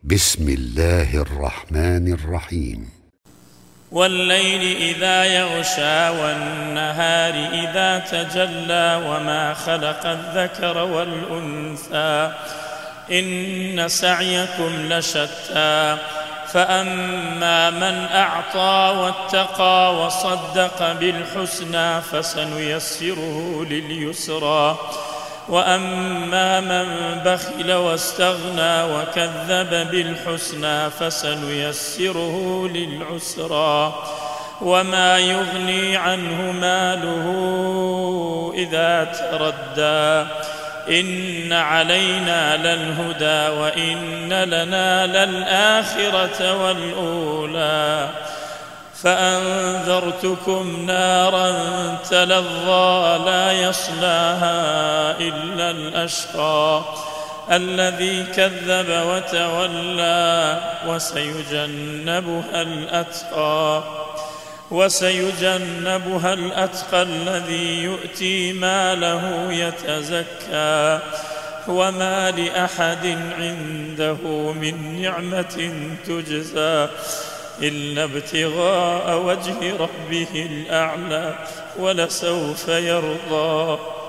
بسم الله الرحمن الرحيم. والليل إذا يغشى والنهار إذا تجلى وما خلق الذكر والأنثى إن سعيكم لشتى فأما من أعطى واتقى وصدق بالحسنى فسنيسره لليسرى وأما من بخل واستغنى وكذب بالحسنى فسنيسره للعسرى وما يغني عنه ماله إذا تردى إن علينا للهدى وإن لنا للآخرة والأولى فأنذرتكم نارا تلظى لا يصلاها إلا الأشقى الذي كذب وتولى وسيجنبها الأتقى الذي يؤتي ماله يتزكى وما لأحد عنده من نعمة تجزى إلا ابتغاء وجه ربه الأعلى ولسوف يرضى.